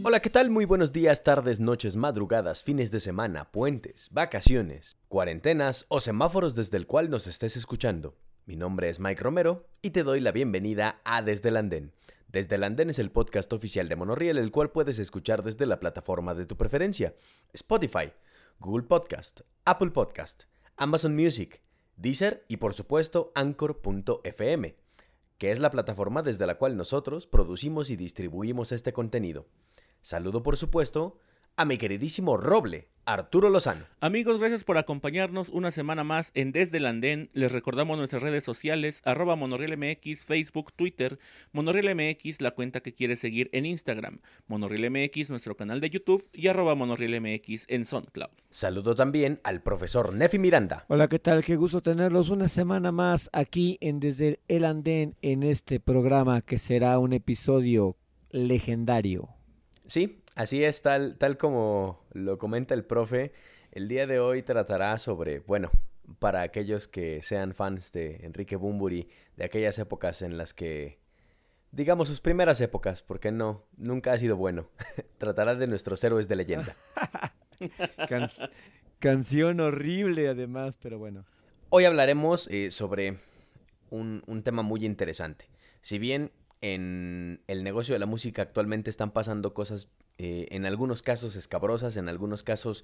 Hola, ¿qué tal? Muy buenos días, tardes, noches, madrugadas, fines de semana, puentes, vacaciones, cuarentenas o semáforos desde el cual nos estés escuchando. Mi nombre es Mike Romero y te doy la bienvenida a Desde el Andén. Desde el Andén es el podcast oficial de Monorriel, el cual puedes escuchar desde la plataforma de tu preferencia: Spotify, Google Podcast, Apple Podcast, Amazon Music, Deezer y por supuesto Anchor.fm, que es la plataforma desde la cual nosotros producimos y distribuimos este contenido. Saludo, por supuesto, a mi queridísimo Roble, Arturo Lozano. Amigos, gracias por acompañarnos una semana más en Desde el Andén. Les recordamos nuestras redes sociales, @MonorrielMX, Facebook, Twitter, MonorrielMX, la cuenta que quieres seguir en Instagram, MonorrielMX, nuestro canal de YouTube y @MonorrielMX en SoundCloud. Saludo también al profesor Nefi Miranda. Hola, ¿qué tal? Qué gusto tenerlos una semana más aquí en Desde el Andén, en este programa que será un episodio legendario. Sí, así es, tal como lo comenta el profe. El día de hoy tratará sobre, bueno, para aquellos que sean fans de Enrique Bunbury, de aquellas épocas en las que, digamos, sus primeras épocas, porque no, nunca ha sido bueno. Tratará de nuestros héroes de leyenda. Canción horrible además, pero bueno. Hoy hablaremos sobre un tema muy interesante. Si bien en el negocio de la música actualmente están pasando cosas, en algunos casos escabrosas, en algunos casos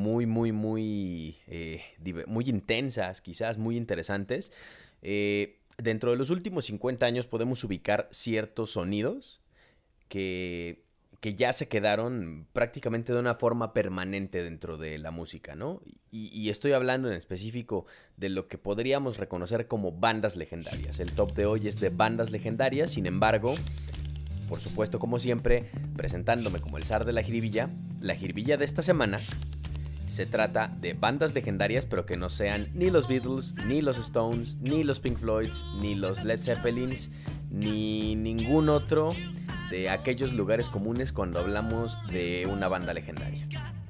muy intensas, quizás muy interesantes. Dentro de los últimos 50 años podemos ubicar ciertos sonidos que ya se quedaron prácticamente de una forma permanente dentro de la música, ¿no? Y estoy hablando en específico de lo que podríamos reconocer como bandas legendarias. El top de hoy es de bandas legendarias, sin embargo, por supuesto, como siempre, presentándome como el zar de la jiribilla de esta semana se trata de bandas legendarias, pero que no sean ni los Beatles, ni los Stones, ni los Pink Floyds, ni los Led Zeppelins, ni ningún otro de aquellos lugares comunes cuando hablamos de una banda legendaria.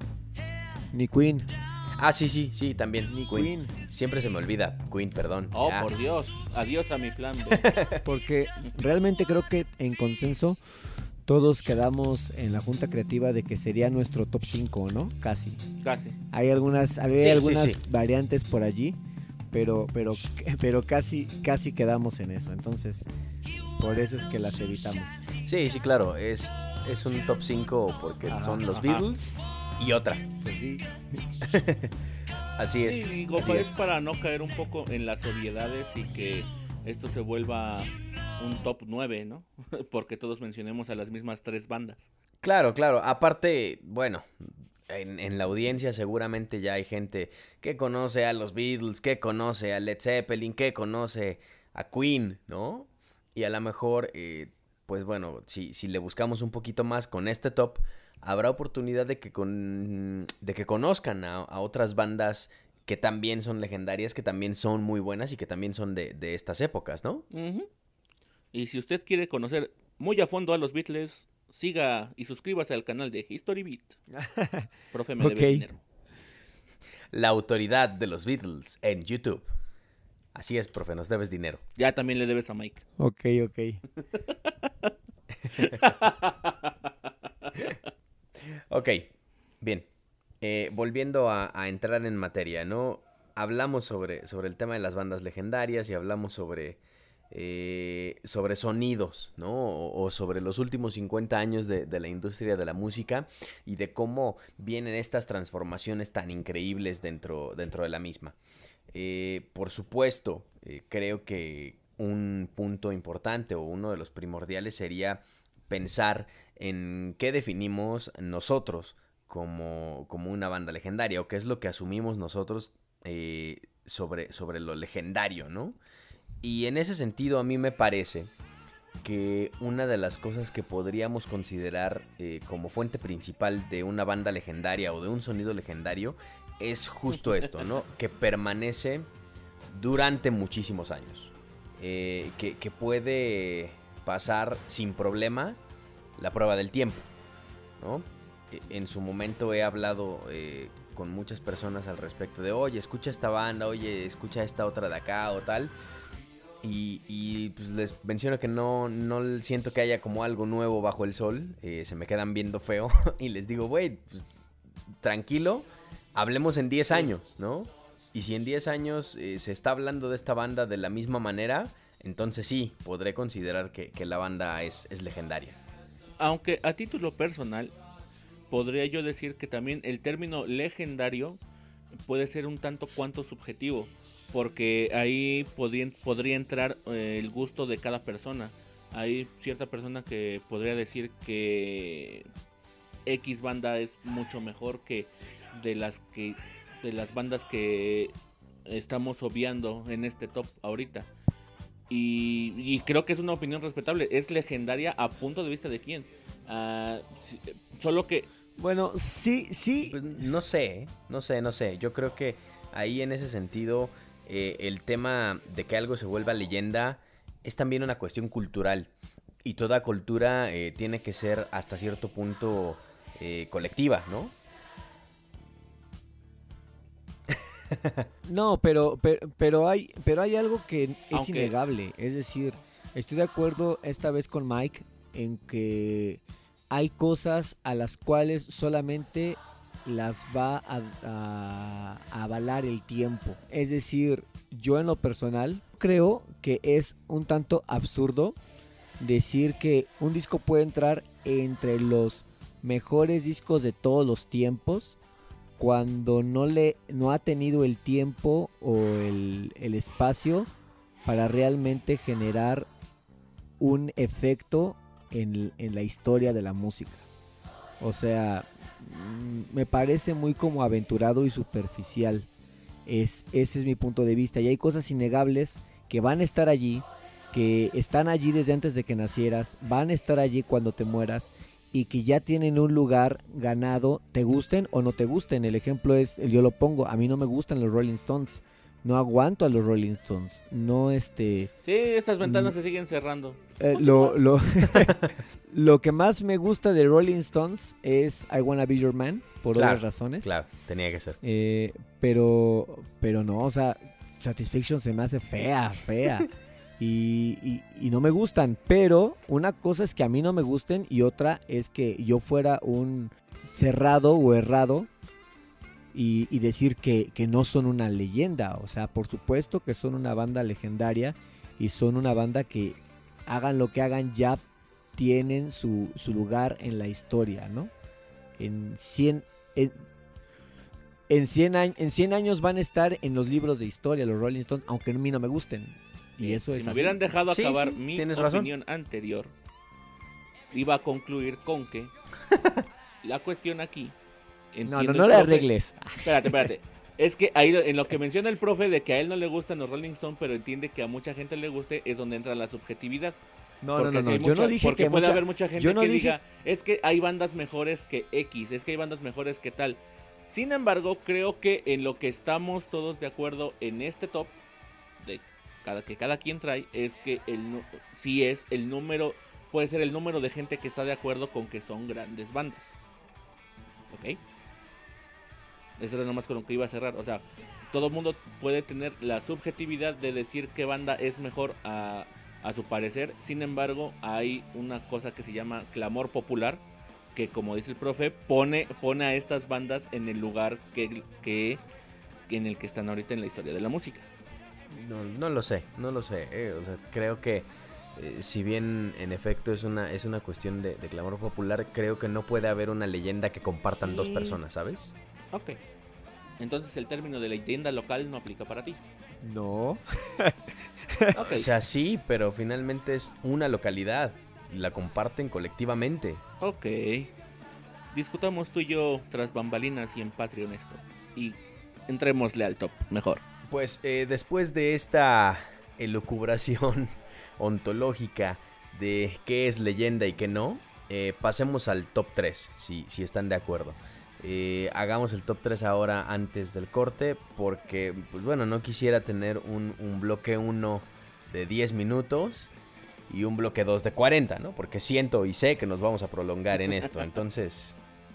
Ni Queen. Ah, sí, también. Ni Queen. Siempre se me olvida. Queen, perdón. Oh, Ya. por Dios, adiós a mi plan B. Porque realmente creo que en consenso todos quedamos en la junta creativa de que sería nuestro top 5, ¿no? Casi. Hay algunas Sí. variantes por allí, pero casi quedamos en eso. Entonces, por eso es que las evitamos. Sí, claro. Es un top 5 porque son los Beatles y otra. Pues sí. Así es. Sí, digo, así es para no caer un poco en las obviedades y que esto se vuelva un top 9, ¿no? Porque todos mencionemos a las mismas 3 bandas. Claro. Aparte, bueno, en la audiencia seguramente ya hay gente que conoce a los Beatles, que conoce a Led Zeppelin, que conoce a Queen, ¿no? Y a lo mejor, pues bueno, si le buscamos un poquito más con este top, habrá oportunidad de que conozcan a otras bandas que también son legendarias, que también son muy buenas y que también son de estas épocas, ¿no? Uh-huh. Y si usted quiere conocer muy a fondo a los Beatles, siga y suscríbase al canal de History Beat. Profe, me debe dinero. La autoridad de los Beatles en YouTube. Así es, profe, nos debes dinero. Ya también le debes a Mike. Ok. Ok, bien. Volviendo a entrar en materia, ¿no? Hablamos sobre el tema de las bandas legendarias y hablamos sobre sonidos, ¿no? O sobre los últimos 50 años de la industria de la música y de cómo vienen estas transformaciones tan increíbles dentro de la misma. Por supuesto, creo que un punto importante o uno de los primordiales sería pensar en qué definimos nosotros como una banda legendaria o qué es lo que asumimos nosotros sobre lo legendario, ¿no? Y en ese sentido a mí me parece que una de las cosas que podríamos considerar como fuente principal de una banda legendaria o de un sonido legendario es justo esto, ¿no? Que permanece durante muchísimos años. Que puede pasar sin problema la prueba del tiempo, ¿no? En su momento he hablado con muchas personas al respecto de, oye, escucha esta banda, oye, escucha esta otra de acá o tal. Y pues les menciono que no siento que haya como algo nuevo bajo el sol. Se me quedan viendo feo. Y les digo, güey, pues, tranquilo, hablemos en 10 años, ¿no? Y si en 10 años se está hablando de esta banda de la misma manera, entonces sí, podré considerar que la banda es legendaria. Aunque a título personal, podría yo decir que también el término legendario puede ser un tanto cuanto subjetivo, porque ahí podría entrar el gusto de cada persona. Hay cierta persona que podría decir que X banda es mucho mejor que de las bandas que estamos obviando en este top ahorita. Y creo que es una opinión respetable. Es legendaria a punto de vista de quién. Solo que... Bueno, sí. Pues no sé. Yo creo que ahí en ese sentido el tema de que algo se vuelva leyenda es también una cuestión cultural. Y toda cultura tiene que ser hasta cierto punto colectiva, ¿no? No, pero hay algo que es innegable. Es decir, estoy de acuerdo esta vez con Mike en que hay cosas a las cuales solamente las va a avalar el tiempo. Es decir, yo en lo personal creo que es un tanto absurdo decir que un disco puede entrar entre los mejores discos de todos los tiempos cuando no ha tenido el tiempo o el espacio para realmente generar un efecto en la historia de la música. O sea, me parece muy como aventurado y superficial. Ese es mi punto de vista. Y hay cosas innegables que van a estar allí, que están allí desde antes de que nacieras, van a estar allí cuando te mueras, y que ya tienen un lugar ganado, te gusten o no te gusten. El ejemplo es, yo lo pongo, a mí no me gustan los Rolling Stones, no aguanto a los Rolling Stones, no Sí, estas ventanas se siguen cerrando. Lo que más me gusta de Rolling Stones es I Wanna Be Your Man, por otras razones. Claro, tenía que ser. Pero no, o sea, Satisfaction se me hace fea. Y no me gustan, pero una cosa es que a mí no me gusten y otra es que yo fuera un cerrado o errado y decir que no son una leyenda. O sea, por supuesto que son una banda legendaria y son una banda que hagan lo que hagan ya tienen su lugar en la historia, ¿no? En 100 años van a estar en los libros de historia los Rolling Stones, aunque a mí no me gusten. Y eso si es me así. hubieran dejado acabar mi opinión razón. anterior, iba a concluir con que la cuestión aquí... No le arregles. Espérate. Es que ahí en lo que menciona el profe de que a él no le gustan los Rolling Stones, pero entiende que a mucha gente le guste, es donde entra la subjetividad. No. Yo no dije porque que puede haber mucha gente que dije... diga, es que hay bandas mejores que X, es que hay bandas mejores que tal. Sin embargo, creo que en lo que estamos todos de acuerdo en este top, que cada quien trae, es que sí es el número, puede ser el número de gente que está de acuerdo con que son grandes bandas. ¿Ok? Eso era nomás con lo que iba a cerrar. O sea, todo el mundo puede tener la subjetividad de decir qué banda es mejor a su parecer. Sin embargo, hay una cosa que se llama clamor popular, que como dice el profe, pone a estas bandas en el lugar que en el que están ahorita en la historia de la música. No lo sé. O sea, creo que si bien en efecto es una cuestión de clamor popular, creo que no puede haber una leyenda que compartan dos personas, ¿sabes? Ok. Entonces el término de leyenda local no aplica para ti. No. Okay. O sea, sí, pero finalmente es una localidad. La comparten colectivamente. Ok. Discutamos tú y yo tras bambalinas y en Patreon esto. Y entrémosle al top, mejor. Pues después de esta elucubración ontológica de qué es leyenda y qué no, pasemos al top 3, si están de acuerdo. Hagamos el top 3 ahora antes del corte, porque pues bueno, no quisiera tener un bloque 1 de 10 minutos y un bloque 2 de 40, ¿no? Porque siento y sé que nos vamos a prolongar en esto. Entonces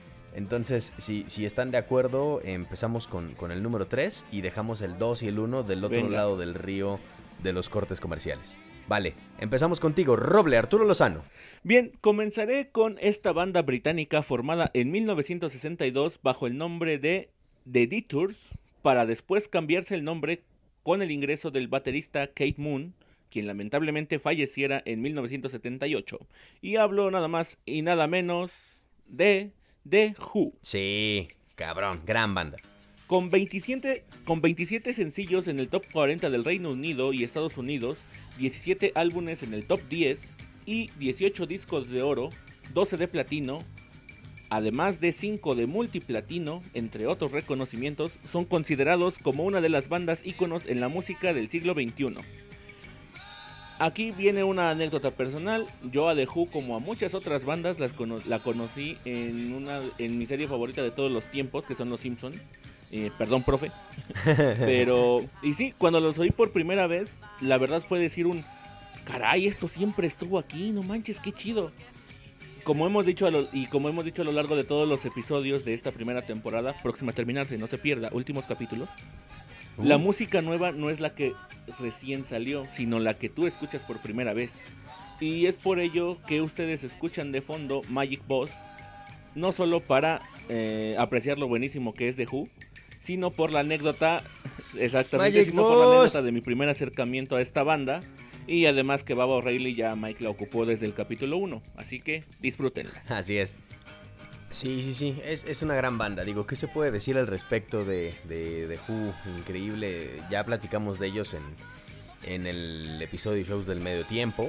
si están de acuerdo, empezamos con el número 3 y dejamos el 2 y el 1 del otro lado del río de los cortes comerciales. Vale, empezamos contigo, Roble, Arturo Lozano. Bien, comenzaré con esta banda británica formada en 1962 bajo el nombre de The Detours, para después cambiarse el nombre con el ingreso del baterista Keith Moon, quien lamentablemente falleciera en 1978. Y hablo nada más y nada menos de The Who. Sí, cabrón, gran banda. Con 27 sencillos en el top 40 del Reino Unido y Estados Unidos, 17 álbumes en el top 10 y 18 discos de oro, 12 de platino, además de 5 de multiplatino, entre otros reconocimientos, son considerados como una de las bandas íconos en la música del siglo XXI. Aquí viene una anécdota personal. Yo a The Who, como a muchas otras bandas, la conocí en mi serie favorita de todos los tiempos, que son Los Simpson. Perdón, profe. Pero, y sí, cuando los oí por primera vez, la verdad fue decir caray, esto siempre estuvo aquí, no manches, qué chido. Como hemos dicho a lo largo de todos los episodios de esta primera temporada, próxima a terminarse, no se pierda, últimos capítulos. La música nueva no es la que recién salió, sino la que tú escuchas por primera vez. Y es por ello que ustedes escuchan de fondo Magic Boss, no solo para apreciar lo buenísimo que es The Who, sino por la anécdota, exactamente, sino por la anécdota de mi primer acercamiento a esta banda. Y además que Baba O'Reilly ya Mike la ocupó desde el capítulo 1, así que disfrútenla. Así es. Sí, es una gran banda. Digo, ¿qué se puede decir al respecto de The Who? Increíble, ya platicamos de ellos en el episodio de Shows del Medio Tiempo.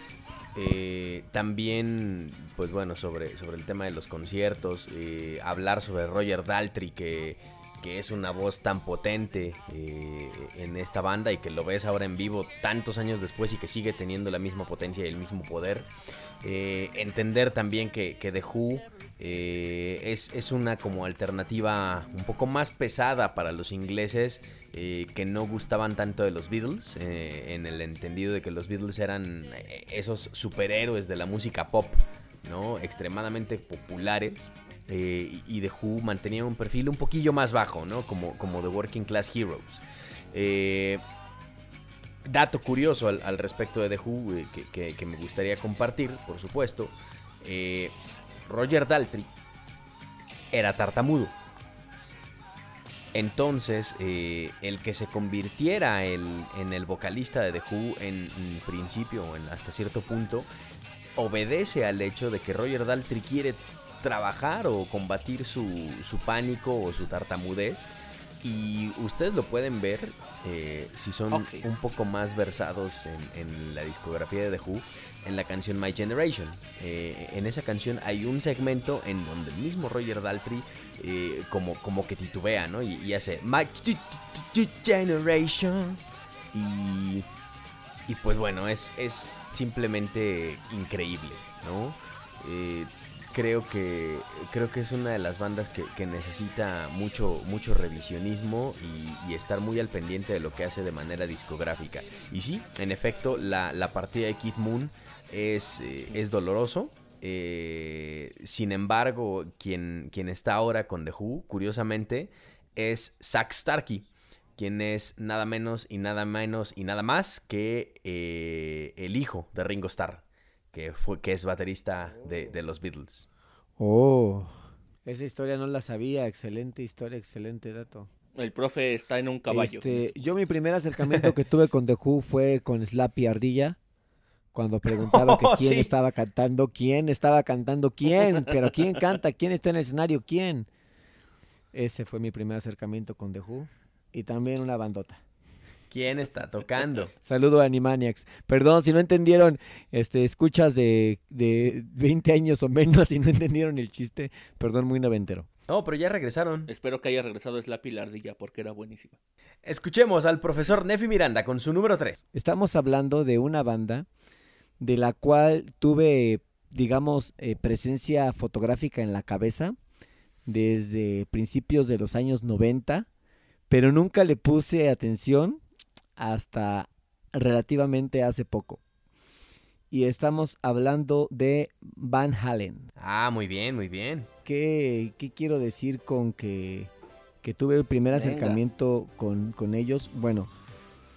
También, pues bueno, sobre el tema de los conciertos, hablar sobre Roger Daltrey, que es una voz tan potente en esta banda y que lo ves ahora en vivo tantos años después y que sigue teniendo la misma potencia y el mismo poder. Entender también que The Who es una como alternativa un poco más pesada para los ingleses que no gustaban tanto de los Beatles, en el entendido de que los Beatles eran esos superhéroes de la música pop, ¿no? Extremadamente populares. Y The Who mantenía un perfil un poquillo más bajo, ¿no? Como The Working Class Heroes. Dato curioso al respecto de The Who que me gustaría compartir, por supuesto. Roger Daltrey era tartamudo. Entonces, el que se convirtiera en el vocalista de The Who en principio, hasta cierto punto, obedece al hecho de que Roger Daltrey quiere trabajar o combatir su pánico o su tartamudez. Y ustedes lo pueden ver si son un poco más versados en la discografía de The Who, en la canción My Generation. En esa canción hay un segmento en donde el mismo Roger Daltrey como que titubea, ¿no? Y hace My Generation. Y pues bueno, es simplemente increíble, ¿no? Creo que es una de las bandas que necesita mucho revisionismo y estar muy al pendiente de lo que hace de manera discográfica. Y sí, en efecto, la partida de Keith Moon es doloroso. Sin embargo, quien está ahora con The Who, curiosamente, es Zak Starkey, quien es nada menos y nada más que el hijo de Ringo Starr, que es baterista de los Beatles. Oh, esa historia no la sabía. Excelente historia, excelente dato. El profe está en un caballo. Yo mi primer acercamiento que tuve con The Who fue con Slappy Ardilla, cuando preguntaba que quién estaba cantando, pero quién canta, quién está en el escenario, quién. Ese fue mi primer acercamiento con The Who y también una bandota. ¿Quién está tocando? Saludo a Animaniacs. Perdón, si no entendieron, escuchas de 20 años o menos y no entendieron el chiste. Perdón, muy noventero. No, pero ya regresaron. Espero que haya regresado Slappy la ardilla porque era buenísima. Escuchemos al profesor Nefi Miranda con su número 3. Estamos hablando de una banda de la cual tuve, digamos, presencia fotográfica en la cabeza desde principios de los años 90, pero nunca le puse atención hasta relativamente hace poco. Y estamos hablando de Van Halen. Ah, muy bien, muy bien. ¿Qué quiero decir con que tuve el primer acercamiento con ellos? Bueno,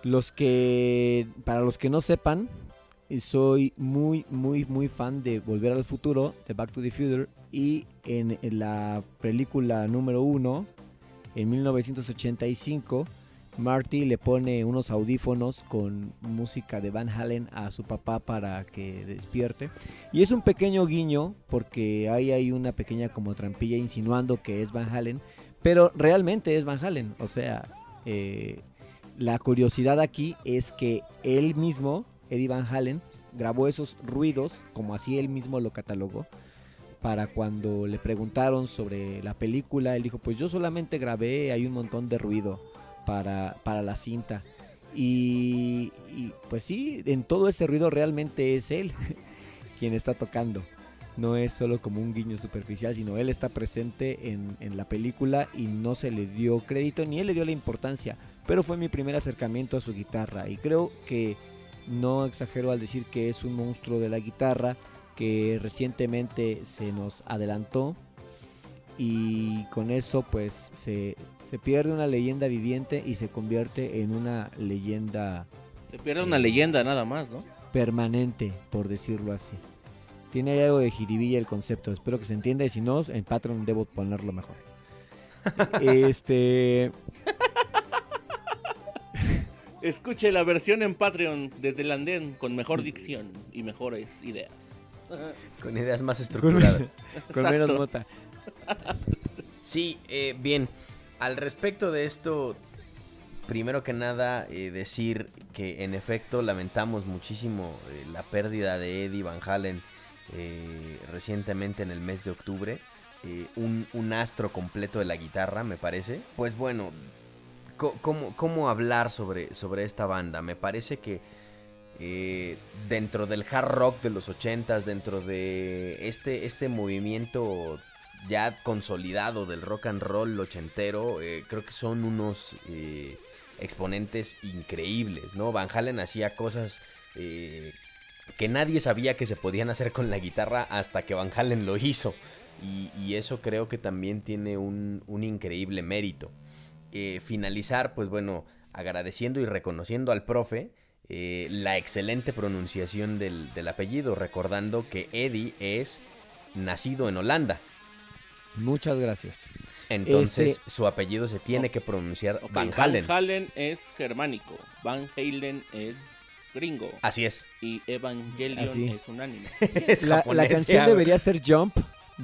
Para los que no sepan, soy muy, muy, muy fan de Volver al Futuro, de Back to the Future, y en la película número 1, en 1985, Marty le pone unos audífonos con música de Van Halen a su papá para que despierte. Y es un pequeño guiño, porque ahí hay una pequeña como trampilla insinuando que es Van Halen, pero realmente es Van Halen. O sea, la curiosidad aquí es que él mismo, Eddie Van Halen, grabó esos ruidos, como así él mismo lo catalogó, para cuando le preguntaron sobre la película. Él dijo, pues yo solamente grabé, hay un montón de ruido para la cinta. Y pues sí, en todo ese ruido realmente es él quien está tocando. No es solo como un guiño superficial, sino él está presente en la película y no se le dio crédito ni él le dio la importancia. Pero fue mi primer acercamiento a su guitarra y creo que no exagero al decir que es un monstruo de la guitarra que recientemente se nos adelantó, y con eso pues se pierde una leyenda viviente y se convierte en una leyenda. Se pierde una leyenda nada más, ¿no? Permanente, por decirlo así. Tiene algo de jiribilla el concepto, espero que se entienda, y si no, en Patreon debo ponerlo mejor. Escuche la versión en Patreon desde el andén con mejor dicción y mejores ideas. Con ideas más estructuradas. Con menos nota. Sí, bien. Al respecto de esto, primero que nada, decir que en efecto lamentamos muchísimo la pérdida de Eddie Van Halen recientemente en el mes de octubre. Un astro completo de la guitarra, me parece. Pues bueno, ¿cómo hablar sobre esta banda? Me parece que dentro del hard rock de los 80s, dentro de este movimiento ya consolidado del rock and roll ochentero, creo que son unos exponentes increíbles, ¿no? Van Halen hacía cosas que nadie sabía que se podían hacer con la guitarra hasta que Van Halen lo hizo, y eso creo que también tiene un increíble mérito. Finalizar, pues bueno, agradeciendo y reconociendo al profe la excelente pronunciación del apellido, recordando que Eddie es nacido en Holanda. Muchas gracias. Entonces su apellido se tiene que pronunciar Van Halen. Van Halen es germánico, Van Halen es gringo. Así es. Y Evangelion es un anime. Es la japonés, canción ya, debería ser Jump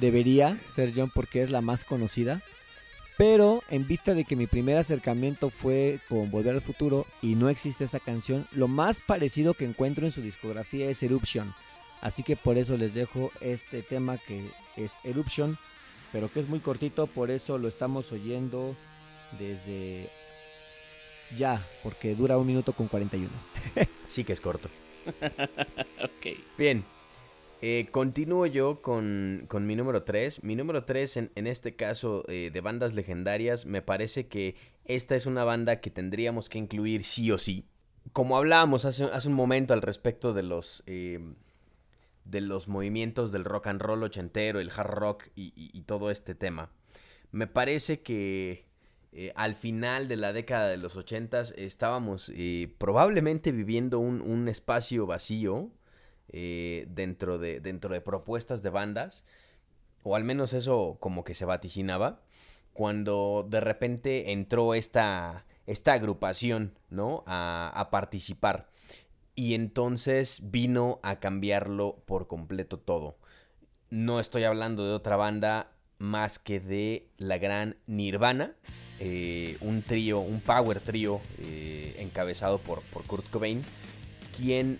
porque es la más conocida. Pero en vista de que mi primer acercamiento fue con Volver al Futuro y no existe esa canción, lo más parecido que encuentro en su discografía es Eruption. Así que por eso les dejo este tema que es Eruption, pero que es muy cortito, por eso lo estamos oyendo desde ya, porque dura 1 minuto con 41. Sí que es corto. Ok. Bien. Continúo yo con mi número 3. Mi número 3 en este caso de bandas legendarias, me parece que esta es una banda que tendríamos que incluir sí o sí. Como hablábamos hace un momento al respecto de los movimientos del rock and roll ochentero, el hard rock y todo este tema, me parece que al final de la década de los 80s estábamos probablemente viviendo un espacio vacío dentro de propuestas de bandas, o al menos eso como que se vaticinaba, cuando de repente entró esta agrupación, ¿no? a participar, y entonces vino a cambiarlo por completo todo. No estoy hablando de otra banda más que de la gran Nirvana, un trío, un power trío encabezado por Kurt Cobain, quien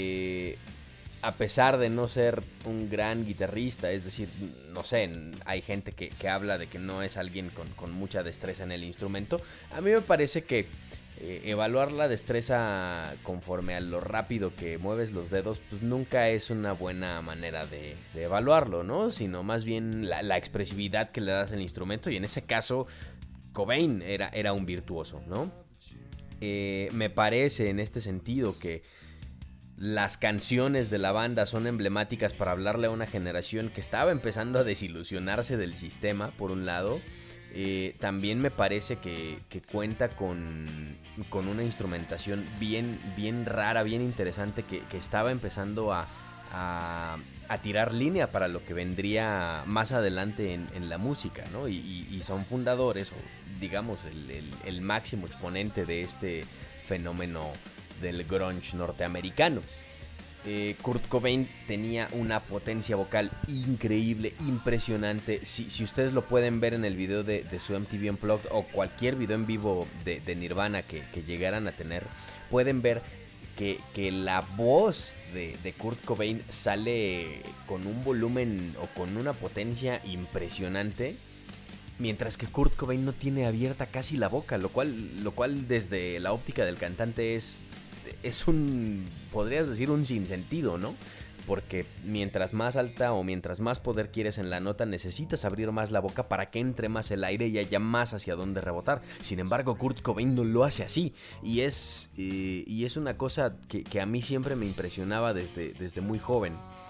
a pesar de no ser un gran guitarrista, es decir, no sé, hay gente que habla de que no es alguien con mucha destreza en el instrumento. A mí me parece que evaluar la destreza conforme a lo rápido que mueves los dedos, pues nunca es una buena manera de evaluarlo, ¿no? Sino más bien la expresividad que le das al instrumento, y en ese caso Cobain era un virtuoso, ¿no? Me parece en este sentido que las canciones de la banda son emblemáticas para hablarle a una generación que estaba empezando a desilusionarse del sistema, por un lado, también me parece que cuenta con una instrumentación bien rara, bien interesante, que estaba empezando a tirar línea para lo que vendría más adelante en la música, ¿no? Y son fundadores, o digamos el máximo exponente de este fenómeno del grunge norteamericano. Kurt Cobain tenía una potencia vocal increíble, impresionante. Si ustedes lo pueden ver en el video de su MTV Unplugged o cualquier video en vivo de Nirvana que llegaran a tener, pueden ver que la voz de Kurt Cobain sale con un volumen o con una potencia impresionante, mientras que Kurt Cobain no tiene abierta casi la boca, lo cual desde la óptica del cantante es podrías decir un sinsentido, ¿no? Porque mientras más alta o mientras más poder quieres en la nota, necesitas abrir más la boca para que entre más el aire y haya más hacia dónde rebotar. Sin embargo, Kurt Cobain no lo hace así. Y es una cosa que a mí siempre me impresionaba desde muy joven.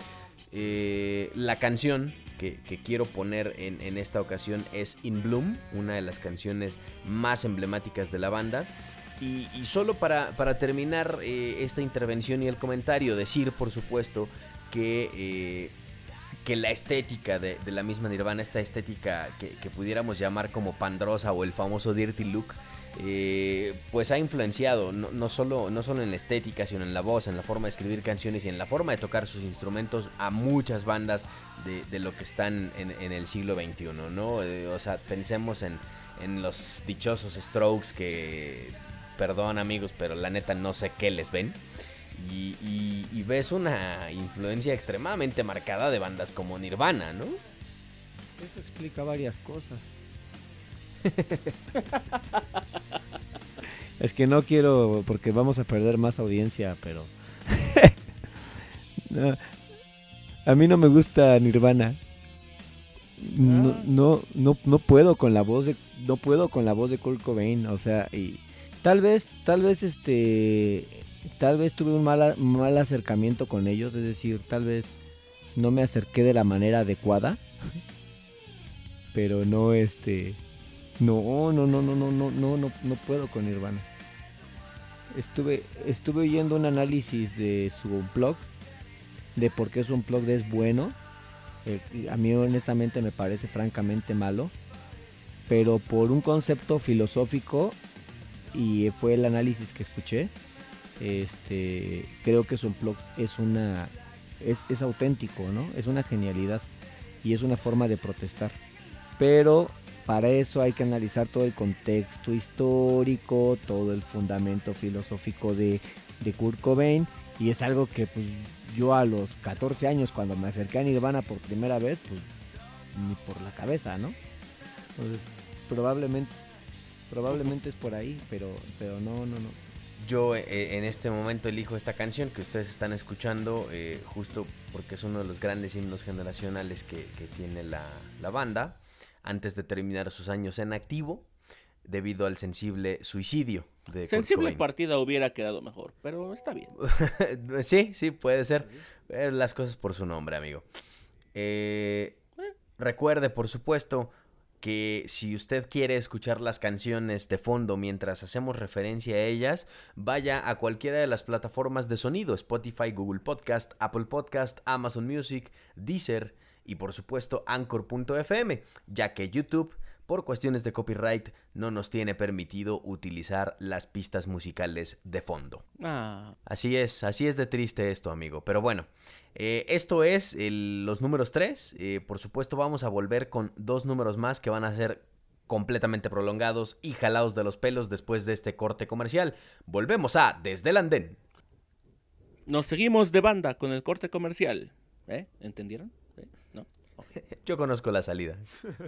La canción que quiero poner en esta ocasión es In Bloom, una de las canciones más emblemáticas de la banda. Y solo para terminar esta intervención y el comentario, decir por supuesto que la estética de la misma Nirvana, esta estética que pudiéramos llamar como pandrosa o el famoso dirty look, pues ha influenciado no solo en la estética, sino en la voz, en la forma de escribir canciones y en la forma de tocar sus instrumentos a muchas bandas de lo que están en el siglo XXI, ¿no? O sea, pensemos en los dichosos Strokes que... Perdón amigos, pero la neta no sé qué les ven. Y ves una influencia extremadamente marcada de bandas como Nirvana, ¿no? Eso explica varias cosas. Es que no quiero, porque vamos a perder más audiencia, pero... No, a mí no me gusta Nirvana. No puedo con la voz de Kurt Cobain, o sea, y... Tal vez tuve un mal acercamiento con ellos, es decir, tal vez no me acerqué de la manera adecuada, pero no puedo con Nirvana. Estuve oyendo un análisis de su Unplugged, de por qué su Unplugged es bueno. A mí honestamente me parece francamente malo, pero por un concepto filosófico, y fue el análisis que escuché, creo que su Unplugged es auténtico, ¿no? Es una genialidad y es una forma de protestar, pero para eso hay que analizar todo el contexto histórico, todo el fundamento filosófico de Kurt Cobain, y es algo que pues yo a los 14 años, cuando me acerqué a Nirvana por primera vez, pues ni por la cabeza, ¿no? Entonces probablemente es por ahí, pero no. Yo en este momento elijo esta canción que ustedes están escuchando, justo porque es uno de los grandes himnos generacionales que tiene la banda, antes de terminar sus años en activo, debido al sensible suicidio de Sensible partida hubiera quedado mejor, pero está bien. Sí, puede ser. Las cosas por su nombre, amigo. Recuerde, por supuesto, que si usted quiere escuchar las canciones de fondo mientras hacemos referencia a ellas, vaya a cualquiera de las plataformas de sonido: Spotify, Google Podcast, Apple Podcast, Amazon Music, Deezer y por supuesto Anchor.fm, ya que YouTube, por cuestiones de copyright, no nos tiene permitido utilizar las pistas musicales de fondo. Así es de triste esto, amigo. Pero bueno, esto es los números 3. Por supuesto vamos a volver con 2 números más que van a ser completamente prolongados y jalados de los pelos después de este corte comercial. Volvemos a Desde el Andén. Nos seguimos de banda con el corte comercial. ¿Entendieron? ¿No? Okay. Yo conozco la salida.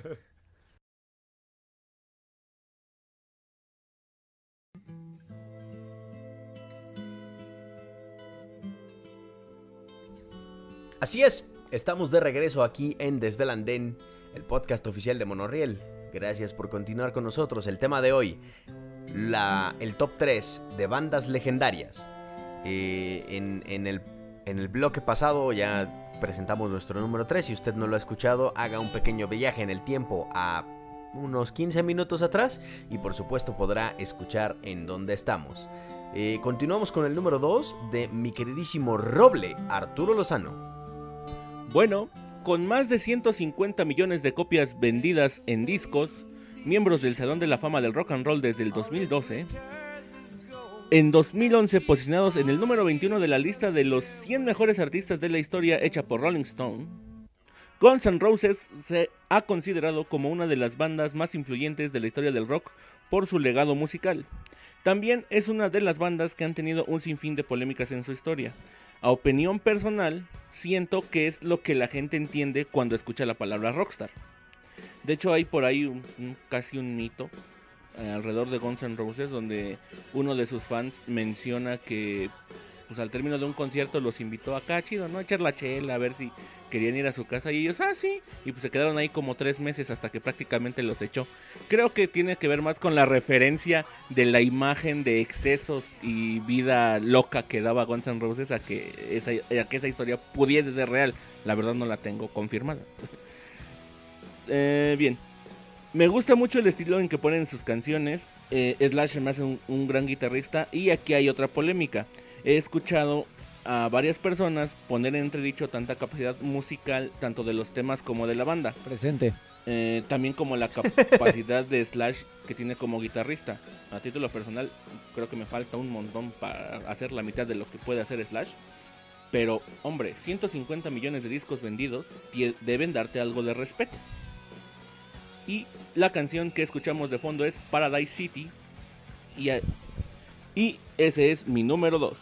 Así es, estamos de regreso aquí en Desde el Andén, el podcast oficial de Monorriel. Gracias por continuar con nosotros. El tema de hoy, el top 3 de bandas legendarias. En el bloque pasado ya presentamos nuestro número 3. Si usted no lo ha escuchado, haga un pequeño viaje en el tiempo a unos 15 minutos atrás y por supuesto podrá escuchar en dónde estamos. Continuamos con el número 2 de mi queridísimo Roble, Arturo Lozano. Bueno, con más de 150 millones de copias vendidas en discos, miembros del Salón de la Fama del Rock and Roll desde el 2012, en 2011 posicionados en el número 21 de la lista de los 100 mejores artistas de la historia hecha por Rolling Stone, Guns N' Roses se ha considerado como una de las bandas más influyentes de la historia del rock por su legado musical. También es una de las bandas que han tenido un sinfín de polémicas en su historia. A opinión personal, siento que es lo que la gente entiende cuando escucha la palabra rockstar. De hecho, hay por ahí casi un mito alrededor de Guns N' Roses, donde uno de sus fans menciona que pues al término de un concierto los invitó acá, chido, ¿no? A echar la chela, a ver si querían ir a su casa, y ellos, sí, y pues se quedaron ahí como 3 meses hasta que prácticamente los echó. Creo que tiene que ver más con la referencia de la imagen de excesos y vida loca que daba Guns N' Roses a que esa historia pudiese ser real. La verdad no la tengo confirmada. Bien. Me gusta mucho el estilo en que ponen sus canciones. Slash me hace un gran guitarrista. Y aquí hay otra polémica. He escuchado a varias personas poner en entredicho tanta capacidad musical, tanto de los temas como de la banda. Presente. También como la capacidad de Slash que tiene como guitarrista. A título personal, creo que me falta un montón para hacer la mitad de lo que puede hacer Slash. Pero, hombre, 150 millones de discos vendidos deben darte algo de respeto. Y la canción que escuchamos de fondo es Paradise City. Y ese es mi número 2.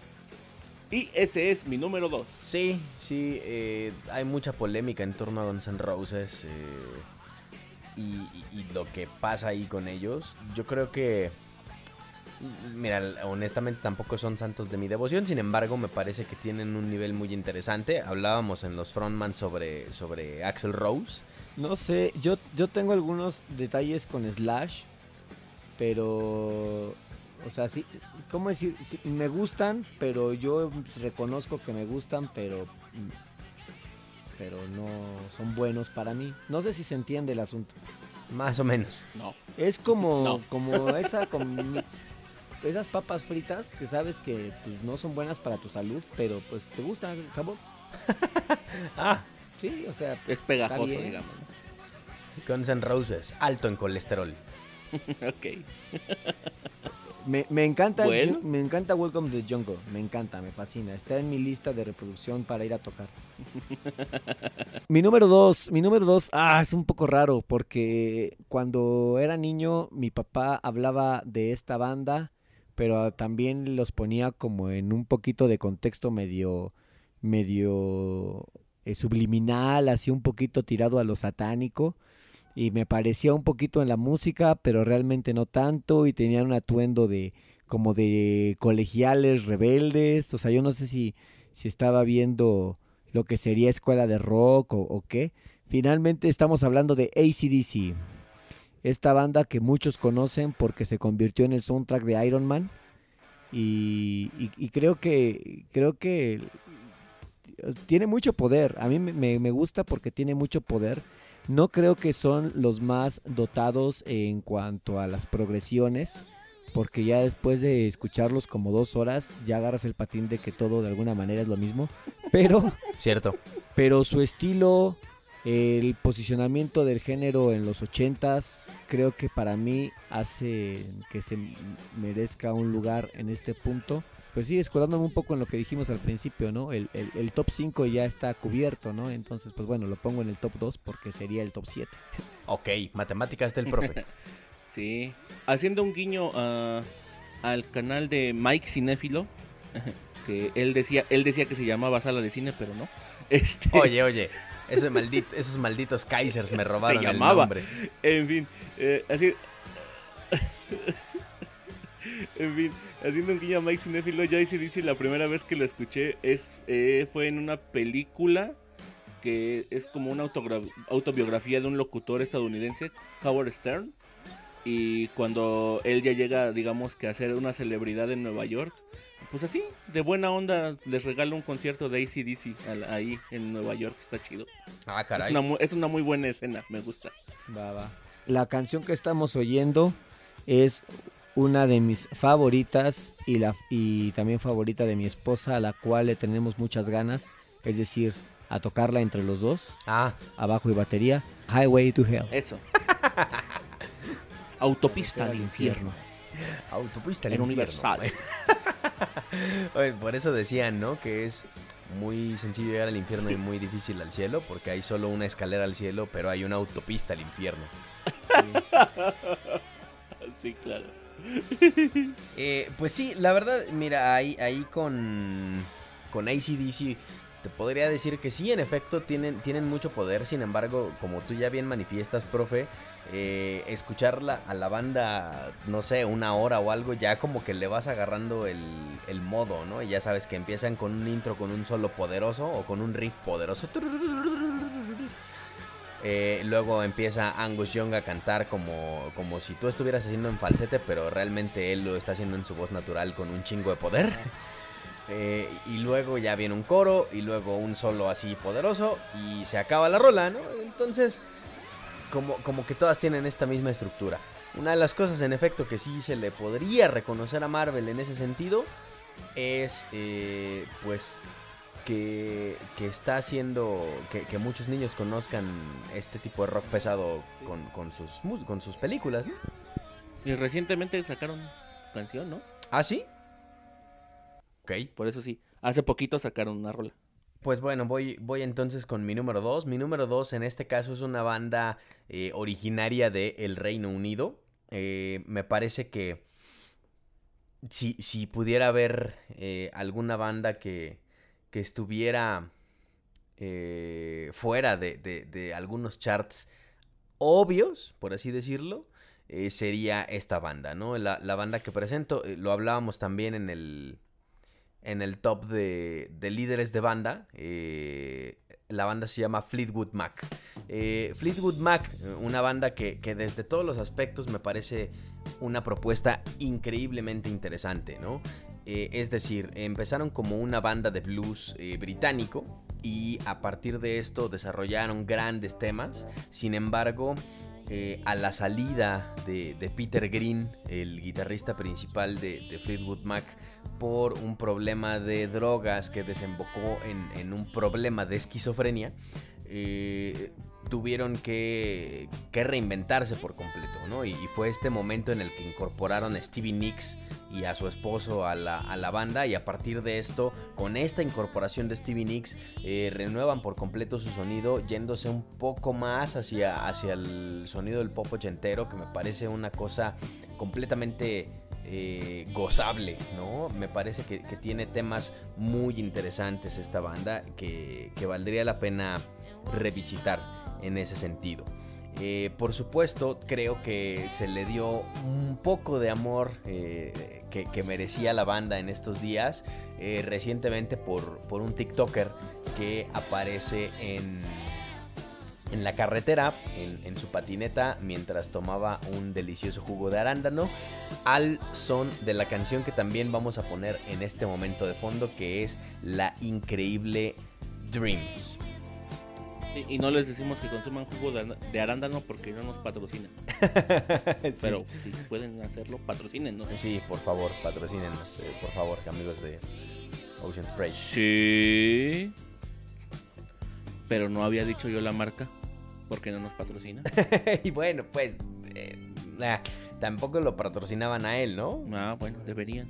Sí, hay mucha polémica en torno a Guns N' Roses y lo que pasa ahí con ellos. Yo creo que, mira, honestamente tampoco son santos de mi devoción, sin embargo me parece que tienen un nivel muy interesante. Hablábamos en los Frontman sobre Axl Rose. No sé, yo tengo algunos detalles con Slash, pero... O sea, sí, ¿cómo decir? Sí, me gustan, pero yo reconozco que me gustan, pero no son buenos para mí. No sé si se entiende el asunto. Más o menos. No. Es como esas papas fritas que sabes que pues, no son buenas para tu salud, pero pues te gusta el sabor. Sí, o sea, es pegajoso, digamos. Guns N' Roses, alto en colesterol. Ok. Me encanta, bueno. Me encanta Welcome to the Jungle, me encanta, me fascina, está en mi lista de reproducción para ir a tocar. Mi número 2, es un poco raro porque cuando era niño mi papá hablaba de esta banda, pero también los ponía como en un poquito de contexto medio subliminal, así un poquito tirado a lo satánico. Y me parecía un poquito en la música, pero realmente no tanto, y tenían un atuendo como de colegiales rebeldes. O sea, yo no sé si estaba viendo lo que sería escuela de rock o qué. Finalmente estamos hablando de AC/DC, esta banda que muchos conocen porque se convirtió en el soundtrack de Iron Man, y creo que tiene mucho poder. A mí me gusta porque tiene mucho poder. No creo que son los más dotados en cuanto a las progresiones, porque ya después de escucharlos como 2 horas ya agarras el patín de que todo de alguna manera es lo mismo, pero cierto. Pero su estilo, el posicionamiento del género en los 80s, creo que para mí hace que se merezca un lugar en este punto. Pues sí, escudándome un poco en lo que dijimos al principio, ¿no? El top 5 ya está cubierto, ¿no? Entonces, pues bueno, lo pongo en el top 2 porque sería el top 7. Ok, matemáticas del profe. Sí, haciendo un guiño al canal de Mike Cinéfilo, que él decía que se llamaba Sala de Cine, pero no. Oye, esos malditos Kaisers me robaron el nombre. En fin, así... En fin, haciendo un guiño a Mike Cinéfilo, ya se dice, la primera vez que lo escuché fue en una película que es como una autobiografía de un locutor estadounidense, Howard Stern. Y cuando él ya llega, digamos que a ser una celebridad en Nueva York, pues así, de buena onda, les regala un concierto de AC/DC ahí en Nueva York, está chido. Ah, caray. Es una muy buena escena, me gusta. Va. la canción que estamos oyendo es una de mis favoritas y también favorita de mi esposa, a la cual le tenemos muchas ganas, es decir, a tocarla entre los dos, abajo y batería, Highway to Hell. Eso. Autopista al infierno. Autopista al en infierno. Universal. Oye, por eso decían, ¿no? Que es muy sencillo llegar al infierno y muy difícil al cielo, porque hay solo una escalera al cielo, pero hay una autopista al infierno. Sí, claro. Pues sí, la verdad, mira, ahí con AC/DC te podría decir que sí, en efecto, tienen mucho poder. Sin embargo, como tú ya bien manifiestas, profe, escucharla a la banda, no sé, una hora o algo, ya como que le vas agarrando el modo, ¿no? Y ya sabes que empiezan con un intro, con un solo poderoso o con un riff poderoso. Luego empieza Angus Young a cantar como si tú estuvieras haciendo en falsete, pero realmente él lo está haciendo en su voz natural con un chingo de poder. Y luego ya viene un coro y luego un solo así poderoso y se acaba la rola, ¿no? Entonces, como que todas tienen esta misma estructura. Una de las cosas, en efecto, que sí se le podría reconocer a Marvel en ese sentido es, pues, que está haciendo que muchos niños conozcan este tipo de rock pesado con sus películas, ¿no? Y recientemente sacaron canción, ¿no? ¿Ah, sí? Ok. Por eso sí. Hace poquito sacaron una rola. Pues bueno, voy entonces con mi número 2. Mi número 2 en este caso es una banda originaria del Reino Unido. Me parece que si pudiera haber alguna banda que estuviera fuera de algunos charts obvios, por así decirlo, sería esta banda, ¿no? La banda que presento, lo hablábamos también en el top de líderes de banda. La banda se llama Fleetwood Mac. Fleetwood Mac, una banda que desde todos los aspectos me parece una propuesta increíblemente interesante, ¿no? Es decir, empezaron como una banda de blues británico y a partir de esto desarrollaron grandes temas. Sin embargo, a la salida de Peter Green, el guitarrista principal de Fleetwood Mac, por un problema de drogas que desembocó en un problema de esquizofrenia, tuvieron que reinventarse por completo, ¿no? Y fue este momento en el que incorporaron a Stevie Nicks y a su esposo a la banda, y a partir de esto, con esta incorporación de Stevie Nicks, renuevan por completo su sonido, yéndose un poco más hacia el sonido del pop ochentero, que me parece una cosa completamente gozable, ¿no? Me parece que tiene temas muy interesantes esta banda que valdría la pena revisitar en ese sentido. Por supuesto, creo que se le dio un poco de amor que merecía la banda en estos días, recientemente por un TikToker que aparece en la carretera, en su patineta, mientras tomaba un delicioso jugo de arándano, al son de la canción que también vamos a poner en este momento de fondo, que es la increíble Dreams. Sí, y no les decimos que consuman jugo de arándano porque no nos patrocinan. Sí. Pero si pueden hacerlo, patrocínenos. Sí, por favor, patrocínenos, por favor, amigos de Ocean Spray. Sí. Pero no había dicho yo la marca porque no nos patrocina. Y bueno, pues tampoco lo patrocinaban a él, ¿no? Ah, bueno, deberían.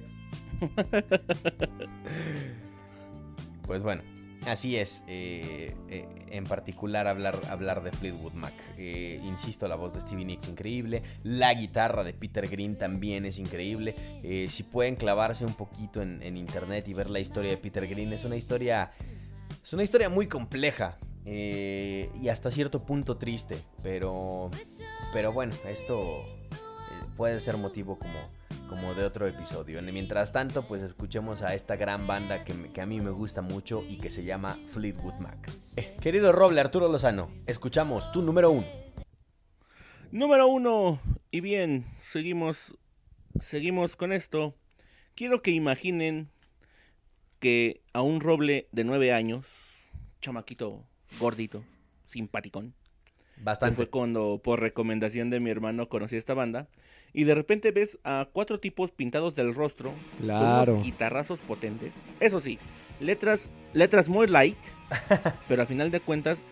Pues bueno, así es. En particular hablar de Fleetwood Mac. Insisto, la voz de Stevie Nicks increíble. La guitarra de Peter Green también es increíble. Si pueden clavarse un poquito en internet y ver la historia de Peter Green, es una historia muy compleja. Y hasta cierto punto triste. Pero bueno, esto puede ser motivo como de otro episodio. Mientras tanto, pues escuchemos a esta gran banda que a mí me gusta mucho y que se llama Fleetwood Mac. Querido Roble, Arturo Lozano, escuchamos tu número 1. Número 1. Y bien, seguimos con esto. Quiero que imaginen que a un Roble de 9 años, chamaquito gordito, simpaticón, Bastante. Que fue cuando, por recomendación de mi hermano, conocí esta banda. Y de repente ves a 4 tipos pintados del rostro, Claro. con unos guitarrazos potentes. Eso sí, letras muy light, pero a final de cuentas,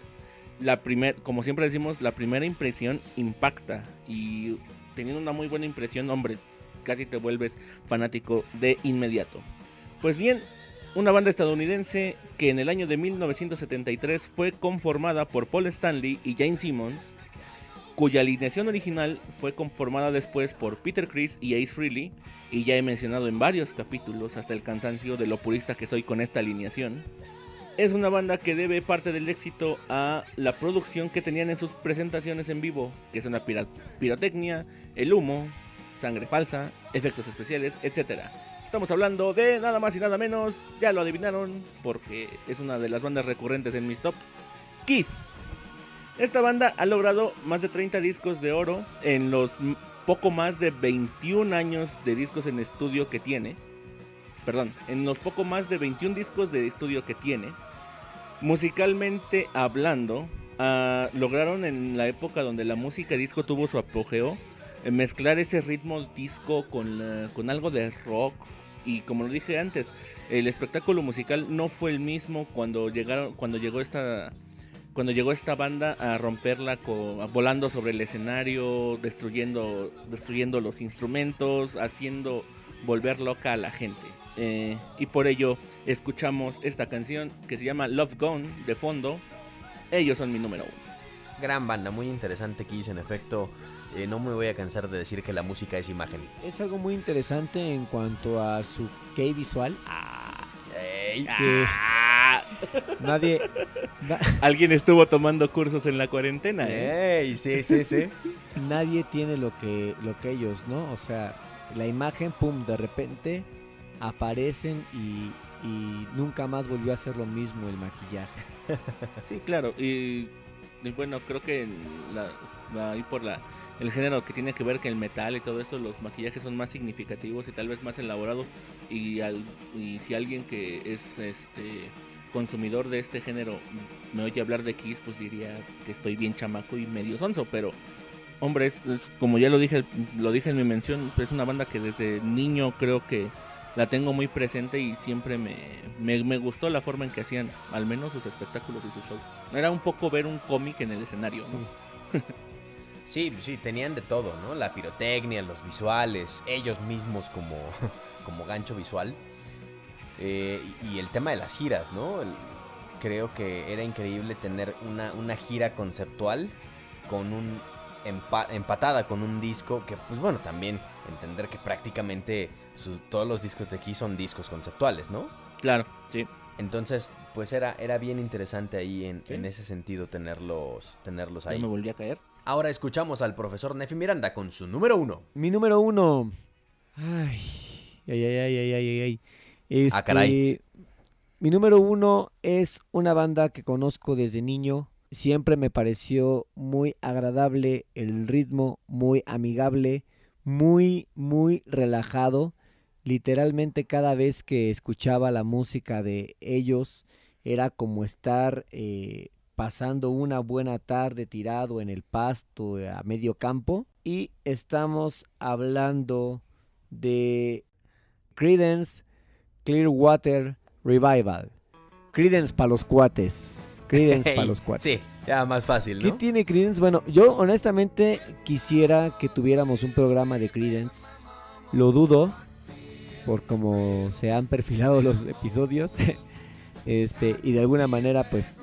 como siempre decimos, la primera impresión impacta. Y teniendo una muy buena impresión, hombre, casi te vuelves fanático de inmediato. Pues bien, una banda estadounidense que en el año de 1973 fue conformada por Paul Stanley y Gene Simmons, cuya alineación original fue conformada después por Peter Criss y Ace Frehley, y ya he mencionado en varios capítulos hasta el cansancio de lo purista que soy con esta alineación. Es una banda que debe parte del éxito a la producción que tenían en sus presentaciones en vivo, que es una pirotecnia, el humo, sangre falsa, efectos especiales, etc. Estamos hablando de nada más y nada menos, ya lo adivinaron, porque es una de las bandas recurrentes en mis tops, Kiss. Esta banda ha logrado más de 30 discos de oro en los poco más de 21 años de discos en estudio que tiene. Perdón, en los poco más de 21 discos de estudio que tiene. Musicalmente hablando, lograron en la época donde la música disco tuvo su apogeo, mezclar ese ritmo disco con algo de rock. Y como lo dije antes, el espectáculo musical no fue el mismo cuando llegó esta banda a romperla volando sobre el escenario, destruyendo los instrumentos, haciendo volver loca a la gente. Y por ello escuchamos esta canción que se llama Love Gone de fondo. Ellos son mi número 1. Gran banda, muy interesante Kiss, en efecto. No me voy a cansar de decir que la música es imagen. Es algo muy interesante en cuanto a su key visual. ¡Ey! Que nadie... Alguien estuvo tomando cursos en la cuarentena, ¿eh? ¡Ey! Sí. Nadie tiene lo que ellos, ¿no? O sea, la imagen, pum, de repente aparecen y nunca más volvió a ser lo mismo el maquillaje. Sí, claro. Y bueno, creo que ahí por el género que tiene que ver con el metal y todo esto, los maquillajes son más significativos y tal vez más elaborados. Y si alguien que es consumidor de este género me oye hablar de Kiss, pues diría que estoy bien chamaco y medio sonso, pero hombre, es como ya lo dije en mi mención, es una banda que desde niño creo que la tengo muy presente y siempre me gustó la forma en que hacían, al menos sus espectáculos y sus shows. Era un poco ver un cómic en el escenario, ¿no? Sí, tenían de todo, ¿no? La pirotecnia, los visuales, ellos mismos como gancho visual. Y el tema de las giras, ¿no? Creo que era increíble tener una gira conceptual con empatada con un disco que, pues bueno, también entender que prácticamente todos los discos de Kiss son discos conceptuales, ¿no? Claro, sí. Entonces, pues era bien interesante ahí en ese sentido tenerlos ahí. ¿No me volví a caer? Ahora escuchamos al profesor Nefi Miranda con su número 1. Mi número 1. Ay. Caray. Mi número 1 es una banda que conozco desde niño. Siempre me pareció muy agradable el ritmo, muy amigable, muy, muy relajado. Literalmente cada vez que escuchaba la música de ellos era como estar pasando una buena tarde tirado en el pasto a medio campo. Y estamos hablando de Creedence Clearwater Revival. Creedence para los cuates. Creedence para los cuates. Sí, ya más fácil, ¿no? ¿Qué tiene Creedence? Bueno, yo honestamente quisiera que tuviéramos un programa de Creedence. Lo dudo, por cómo se han perfilado los episodios. Y de alguna manera, pues,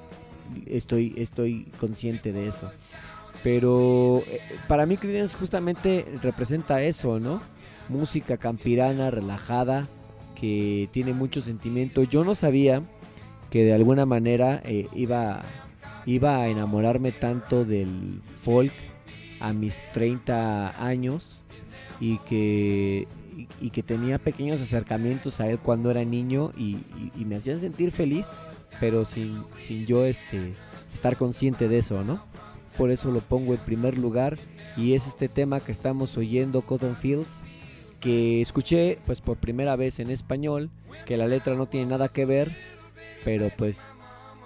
estoy consciente de eso. Pero para mí Creedence justamente representa eso, ¿no? Música campirana, relajada, que tiene mucho sentimiento. Yo no sabía que de alguna manera iba a enamorarme tanto del folk a mis 30 años y que tenía pequeños acercamientos a él cuando era niño y me hacían sentir feliz, pero sin yo estar consciente de eso, ¿no? Por eso lo pongo en primer lugar y es este tema que estamos oyendo, Cotton Fields, que escuché pues por primera vez en español, que la letra no tiene nada que ver, pero pues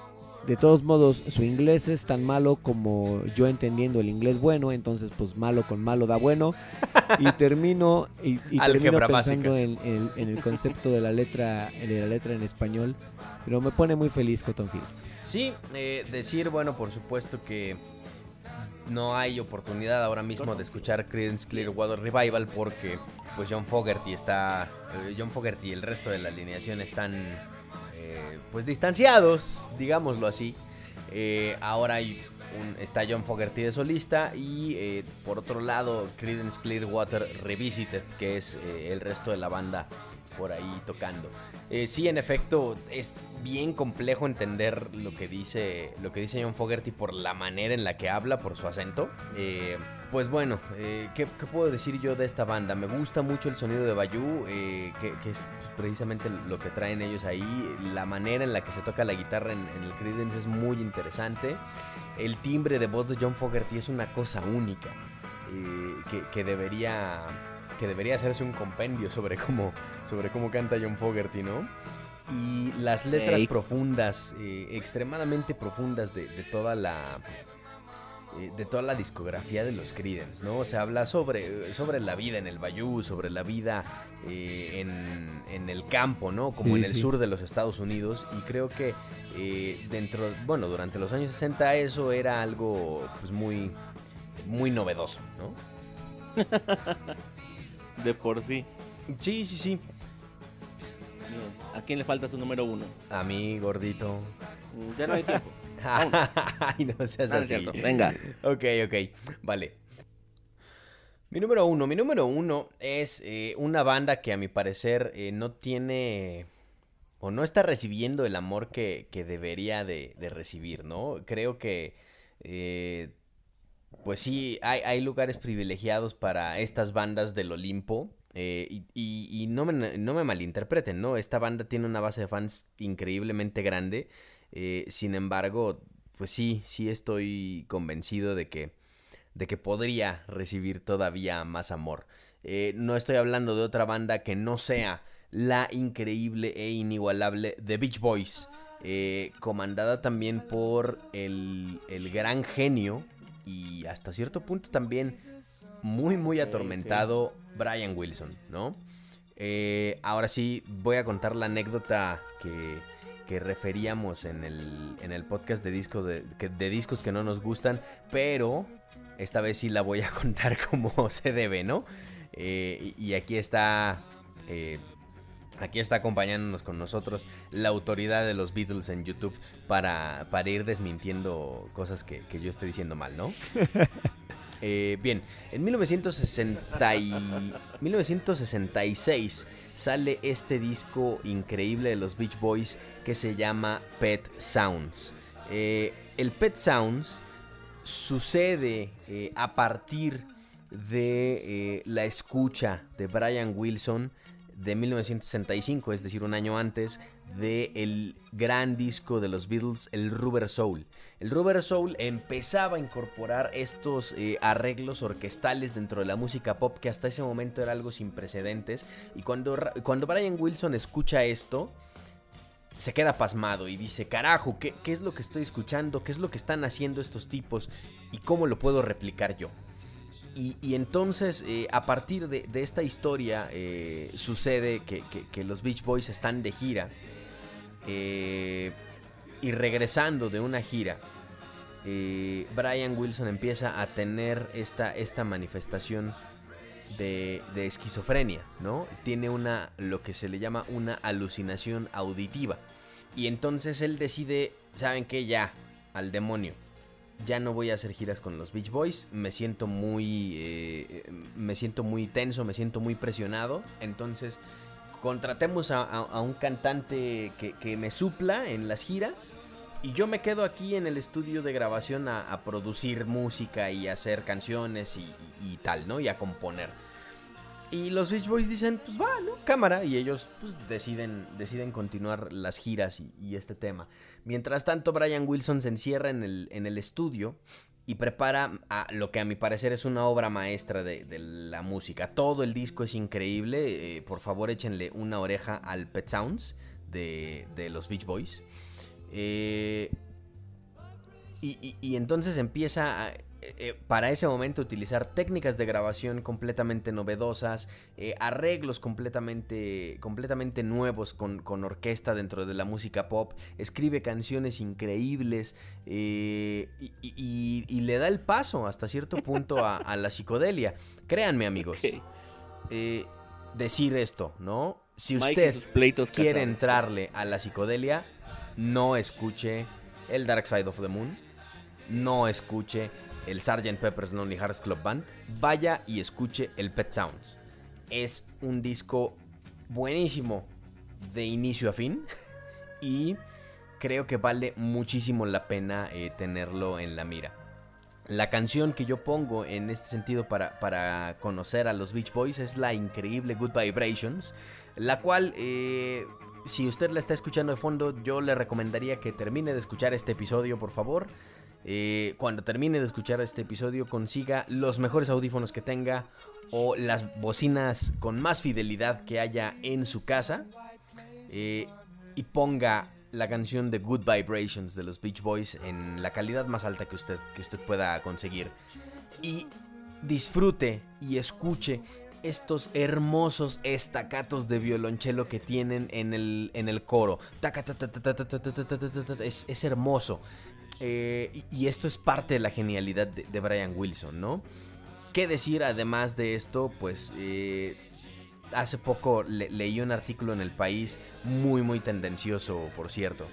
De todos modos, su inglés es tan malo como yo entendiendo el inglés bueno, entonces pues malo con malo da bueno. Y termino pensando en el concepto de la letra en español, pero me pone muy feliz Cotton Fields. Sí, decir, bueno, por supuesto que no hay oportunidad ahora mismo de escuchar Creedence Clearwater Revival porque pues John Fogerty y el resto de la alineación están pues distanciados, digámoslo así. Ahora está John Fogerty de solista y por otro lado Creedence Clearwater Revisited, que es el resto de la banda por ahí tocando. Sí, en efecto, es bien complejo entender lo que dice John Fogerty por la manera en la que habla, por su acento. Pues bueno, ¿qué puedo decir yo de esta banda? Me gusta mucho el sonido de Bayou, que es precisamente lo que traen ellos ahí. La manera en la que se toca la guitarra en el Creedence es muy interesante. El timbre de voz de John Fogerty es una cosa única, que debería hacerse un compendio sobre cómo canta John Fogerty, ¿no? Y las letras profundas, extremadamente profundas de toda la discografía de los Creedence, ¿no? Se habla sobre la vida en el Bayou, sobre la vida en el campo, ¿no? Como en el sur de los Estados Unidos. Y creo que durante los años 60 eso era algo pues muy, muy novedoso, ¿no? De por sí. Sí. ¿A quién le falta su número 1? A mí, gordito. Ya no hay tiempo. Ay, no seas así. Es cierto. Venga. Ok, vale. Mi número uno es una banda que a mi parecer no tiene o no está recibiendo el amor que debería de recibir, ¿no? Creo que pues sí, hay lugares privilegiados para estas bandas del Olimpo. Y no me malinterpreten, ¿no? Esta banda tiene una base de fans increíblemente grande. Sin embargo, pues sí estoy convencido de que podría recibir todavía más amor. No estoy hablando de otra banda que no sea la increíble e inigualable The Beach Boys, comandada también por el gran genio y hasta cierto punto también muy atormentado Brian Wilson, ¿no? Ahora sí voy a contar la anécdota que referíamos en el podcast de discos que no nos gustan, pero esta vez sí la voy a contar como se debe, ¿no? Y aquí está acompañándonos con nosotros la autoridad de los Beatles en YouTube para ir desmintiendo cosas que yo esté diciendo mal, ¿no? Bien, en 1966 sale este disco increíble de los Beach Boys que se llama Pet Sounds. El Pet Sounds sucede a partir de la escucha de Brian Wilson de 1965, es decir, un año antes del gran disco de los Beatles, el Rubber Soul. El Rubber Soul empezaba a incorporar estos arreglos orquestales dentro de la música pop que hasta ese momento era algo sin precedentes. Y cuando Brian Wilson escucha esto, se queda pasmado y dice, carajo, ¿qué es lo que estoy escuchando? ¿Qué es lo que están haciendo estos tipos? ¿Y cómo lo puedo replicar yo? Y entonces, a partir de esta historia, sucede que los Beach Boys están de gira. Y regresando de una gira, Brian Wilson empieza a tener esta manifestación de esquizofrenia, ¿no? Tiene lo que se le llama una alucinación auditiva. Y entonces él decide, ¿saben qué? Ya, al demonio. Ya no voy a hacer giras con los Beach Boys. Me siento muy tenso, me siento muy presionado. Entonces contratemos a un cantante que me supla en las giras. Y yo me quedo aquí en el estudio de grabación a producir música y a hacer canciones y tal, ¿no? Y a componer. Y los Beach Boys dicen, pues va, ¿no? Cámara. Y ellos pues deciden continuar las giras y este tema. Mientras tanto, Brian Wilson se encierra en el estudio y prepara lo que a mi parecer es una obra maestra de la música. Todo el disco es increíble. Por favor, échenle una oreja al Pet Sounds de los Beach Boys. Y entonces empieza para ese momento utilizar técnicas de grabación completamente novedosas, arreglos completamente nuevos con orquesta dentro de la música pop, escribe canciones increíbles y le da el paso hasta cierto punto a la psicodelia. Créanme, amigos, decir esto, ¿no? Si usted quiere entrarle a la psicodelia, no escuche el Dark Side of the Moon, no escuche el Sgt. Pepper's Lonely Hearts Club Band, vaya y escuche el Pet Sounds. Es un disco buenísimo de inicio a fin y creo que vale muchísimo la pena tenerlo en la mira. La canción que yo pongo en este sentido para conocer a los Beach Boys es la increíble Good Vibrations, la cual, si usted la está escuchando de fondo, yo le recomendaría que termine de escuchar este episodio, por favor. Cuando termine de escuchar este episodio, consiga los mejores audífonos que tenga o las bocinas con más fidelidad que haya en su casa, y ponga la canción de Good Vibrations de los Beach Boys en la calidad más alta que usted pueda conseguir, y disfrute y escuche estos hermosos estacatos de violonchelo que tienen en el coro. Es hermoso. Y esto es parte de la genialidad de Brian Wilson, ¿no? ¿Qué decir además de esto? Pues hace poco leí un artículo en El País, muy tendencioso, por cierto,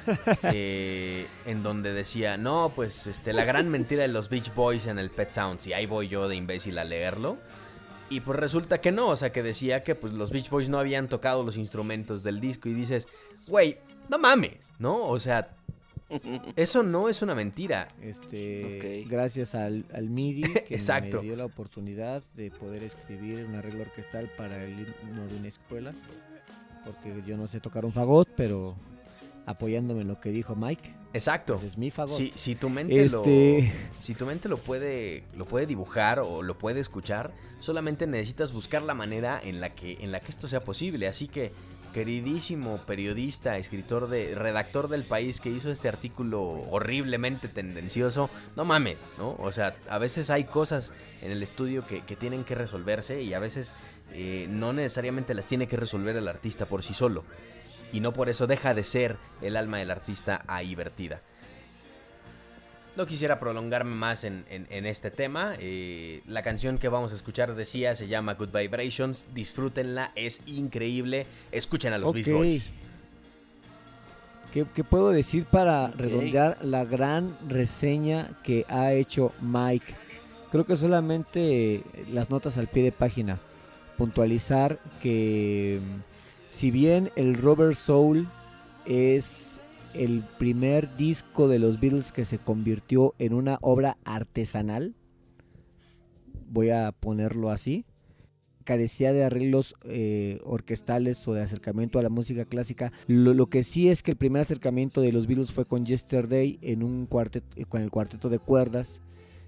en donde decía, no, pues la gran mentira de los Beach Boys en el Pet Sounds, y ahí voy yo de imbécil a leerlo. Y pues resulta que no, o sea, que decía que pues los Beach Boys no habían tocado los instrumentos del disco, y dices, güey, no mames, ¿no? O sea, eso no es una mentira. Gracias al MIDI que Exacto. me dio la oportunidad de poder escribir un arreglo orquestal para el himno de una escuela, porque yo no sé tocar un fagot, pero apoyándome en lo que dijo Mike. Exacto. Pues es mi fagot. Si tu mente lo puede dibujar o lo puede escuchar, solamente necesitas buscar la manera en la que esto sea posible. Así que, queridísimo periodista, redactor del País, que hizo este artículo horriblemente tendencioso, no mames, ¿no? O sea, a veces hay cosas en el estudio que tienen que resolverse, y a veces no necesariamente las tiene que resolver el artista por sí solo. Y no por eso deja de ser el alma del artista ahí vertida. No quisiera prolongarme más en este tema. La canción que vamos a escuchar, decía, se llama Good Vibrations. Disfrútenla, es increíble. Escuchen a los Beach Boys. ¿Qué puedo decir para redondear la gran reseña que ha hecho Mike? Creo que solamente las notas al pie de página. Puntualizar que, si bien el Rubber Soul es el primer disco de los Beatles que se convirtió en una obra artesanal, voy a ponerlo así, carecía de arreglos orquestales o de acercamiento a la música clásica. Lo que sí es que el primer acercamiento de los Beatles fue con Yesterday en un cuarteto, con el cuarteto de cuerdas.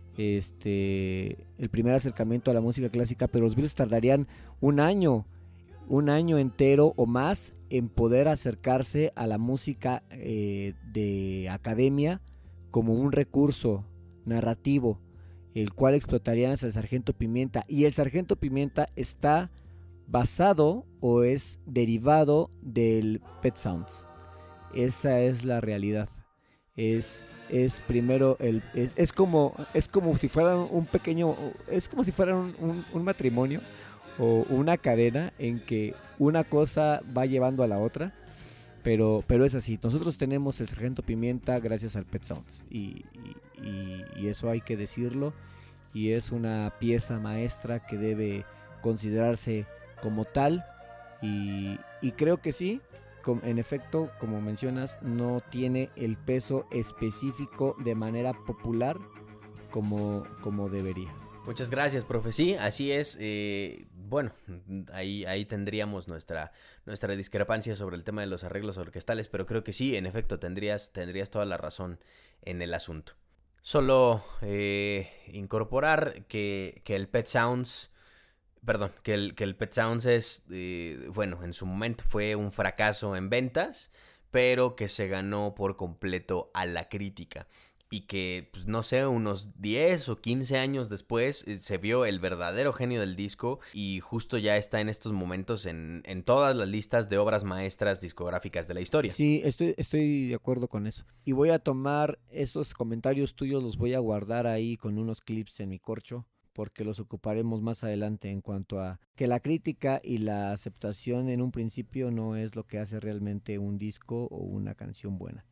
El primer acercamiento a la música clásica, pero los Beatles tardarían un año entero o más en poder acercarse a la música de academia como un recurso narrativo, el cual explotarían el Sargento Pimienta. Y el Sargento Pimienta está basado o es derivado del Pet Sounds. Esa es la realidad. Es primero es como si fuera un pequeño, es como si fuera un matrimonio o una cadena en que una cosa va llevando a la otra, pero es así. Nosotros tenemos el Sargento Pimienta gracias al Pet Sounds, y eso hay que decirlo, y es una pieza maestra que debe considerarse como tal, y creo que sí, en efecto, como mencionas, no tiene el peso específico de manera popular como debería. Muchas gracias, profe. Sí, así es. Bueno, ahí tendríamos nuestra discrepancia sobre el tema de los arreglos orquestales, pero creo que sí, en efecto, tendrías toda la razón en el asunto. Solo incorporar que el Pet Sounds, que el Pet Sounds es, bueno, en su momento fue un fracaso en ventas, pero que se ganó por completo a la crítica. y que, pues, no sé, unos 10 o 15 años después se vio el verdadero genio del disco y justo ya está en estos momentos en todas las listas de obras maestras discográficas de la historia. Sí, estoy de acuerdo con eso. Y voy a tomar esos comentarios tuyos, los voy a guardar ahí con unos clips en mi corcho, porque los ocuparemos más adelante en cuanto a que la crítica y la aceptación en un principio no es lo que hace realmente un disco o una canción buena.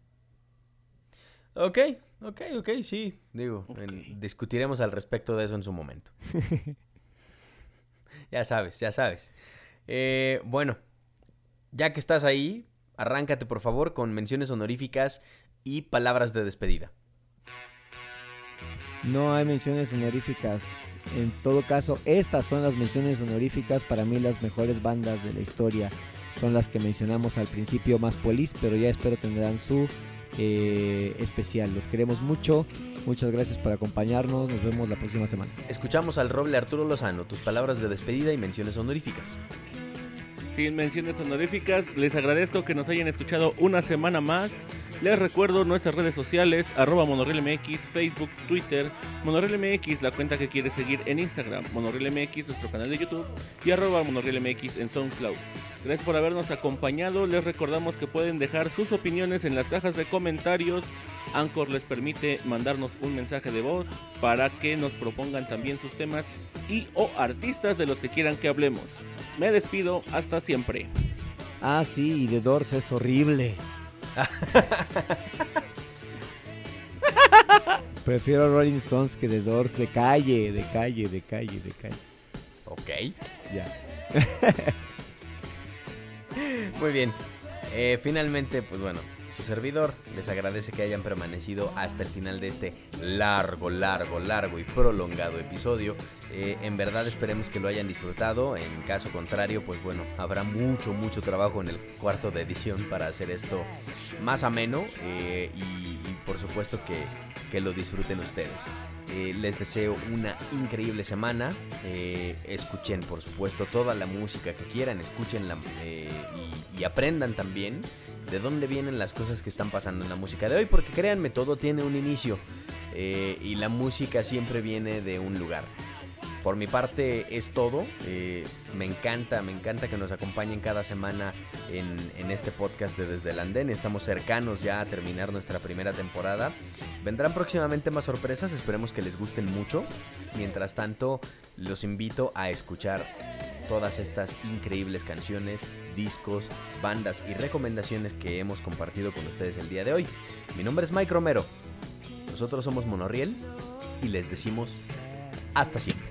Ok, sí, digo, discutiremos al respecto de eso en su momento. Ya sabes. Bueno, ya que estás ahí, arráncate por favor con menciones honoríficas y palabras de despedida. No hay menciones honoríficas. En todo caso, estas son las menciones honoríficas. Para mí las mejores bandas de la historia son las que mencionamos al principio, más Police, pero ya espero tendrán su especial. Los queremos mucho. Muchas gracias por acompañarnos. Nos vemos la próxima semana. Escuchamos al roble Arturo Lozano. Tus palabras de despedida y menciones honoríficas. Sin menciones honoríficas, les agradezco que nos hayan escuchado una semana más. Les recuerdo nuestras redes sociales, @monorrielmx, Facebook, Twitter, monorrielmx, la cuenta que quieres seguir en Instagram, monorrielmx, nuestro canal de YouTube, y @monorrielmx en SoundCloud. Gracias por habernos acompañado. Les recordamos que pueden dejar sus opiniones en las cajas de comentarios. Anchor les permite mandarnos un mensaje de voz para que nos propongan también sus temas y o artistas de los que quieran que hablemos. Me despido, hasta siempre. Ah, sí, y The Doors es horrible. Prefiero Rolling Stones que The Doors. De calle. Ok. Ya. Muy bien. Finalmente, pues bueno, su servidor les agradece que hayan permanecido hasta el final de este largo y prolongado episodio. En verdad esperemos que lo hayan disfrutado. En caso contrario, pues bueno, habrá mucho trabajo en el cuarto de edición para hacer esto más ameno y por supuesto que lo disfruten ustedes. Les deseo una increíble semana. Escuchen por supuesto toda la música que quieran, escúchenla y aprendan también de dónde vienen las cosas que están pasando en la música de hoy, porque créanme, todo tiene un inicio y la música siempre viene de un lugar. Por mi parte es todo. Me encanta que nos acompañen cada semana en este podcast de Desde el Andén. Estamos cercanos ya a terminar nuestra primera temporada. Vendrán próximamente más sorpresas, esperemos que les gusten mucho. Mientras tanto, los invito a escuchar todas estas increíbles canciones, discos, bandas y recomendaciones que hemos compartido con ustedes el día de hoy. Mi nombre es Mike Romero. Nosotros somos Monorriel y les decimos hasta siempre.